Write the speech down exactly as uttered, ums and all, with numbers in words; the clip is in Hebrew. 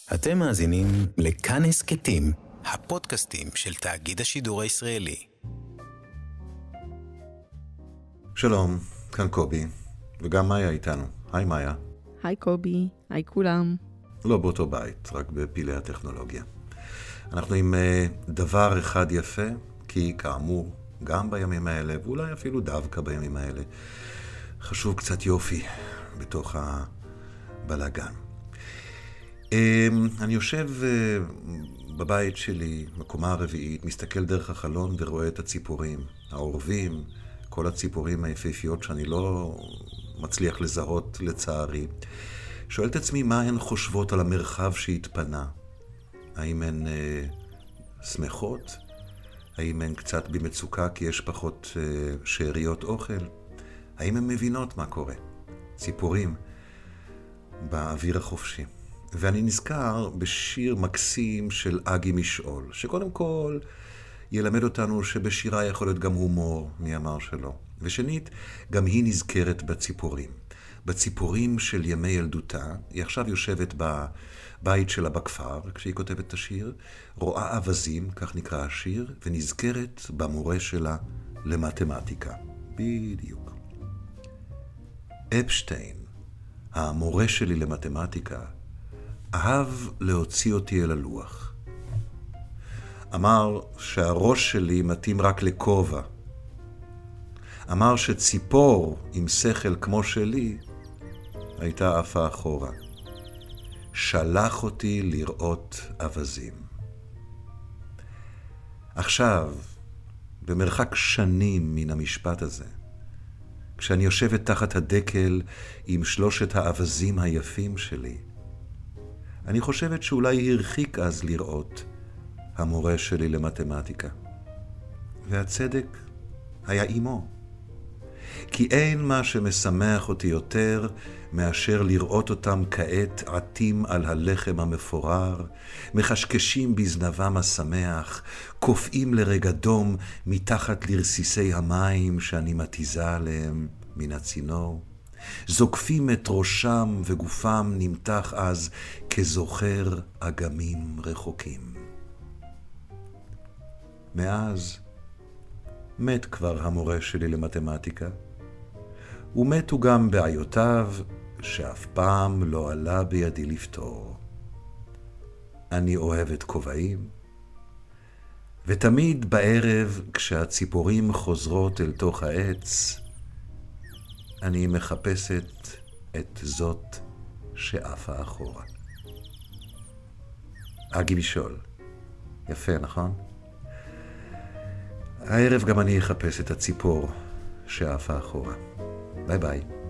אתם מאזינים לכאן הסכתים, הפודקאסטים של תאגיד השידור הישראלי. שלום, כאן קובי, וגם מאיה איתנו. היי מאיה. היי קובי, היי כולם. לא באותו בית, רק בפילי הטכנולוגיה. אנחנו עם uh, דבר אחד יפה, כי כאמור, גם בימים האלה, ואולי אפילו דווקא בימים האלה, חשוב קצת יופי בתוך הבלגן. Um, אני יושב uh, בבית שלי, מקומה הרביעית, מסתכל דרך החלון ורואה את הציפורים, העורבים, כל הציפורים היפהפיות שאני לא מצליח לזהות לצערי. שואל את עצמי מה הן חושבות על המרחב שהתפנה. האם הן אה, שמחות? האם הן קצת במצוקה כי יש פחות אה, שאריות אוכל? האם הן מבינות מה קורה? ציפורים באוויר החופשי. ואני נזכר בשיר מקסים של אגי משעול, שקודם כל ילמד אותנו שבשירה יכול להיות גם הומור, מי אמר שלא. ושנית, גם היא נזכרת בציפורים. בציפורים של ימי ילדותה. היא עכשיו יושבת בבית שלה בכפר, כשהיא כותבת את השיר, רואה אבזים, כך נקרא השיר, ונזכרת במורה שלה למתמטיקה. בדיוק. אפשטיין, המורה שלי למתמטיקה, אהב להוציא אותי אל הלוח. אמר שהראש שלי מתאים רק לכובע. אמר שציפור עם שכל כמו שלי הייתה עפה אחורה. שלח אותי לראות אבזים. עכשיו, במרחק שנים מן המשפט הזה, כשאני יושבת תחת הדקל עם שלושת האבזים היפים שלי, אני חושבת שאולי הרחיק אז לראות המורה שלי למתמטיקה. והצדק היה עמו. כי אין מה שמשמח אותי יותר מאשר לראות אותם כעת עטים על הלחם המפורר, מחשקשים בזנבם השמח, קופאים לרגע דום מתחת לרסיסי המים שאני מתיזה עליהם מן הצינור, זוקפים את ראשם וגופם נמתח אז כזוכר אגמים רחוקים. מאז מת כבר המורה שלי למתמטיקה, ומתו גם בעיותיו שאף פעם לא עלה בידי לפתור. אני אוהבת כובעים, ותמיד בערב כשהציפורים חוזרות אל תוך העץ, אני מחפשת את זאת שעפה אחורה. אגי משעול. יפה, נכון? הערב גם אני אחפש את הציפור שעפה אחורה. ביי ביי.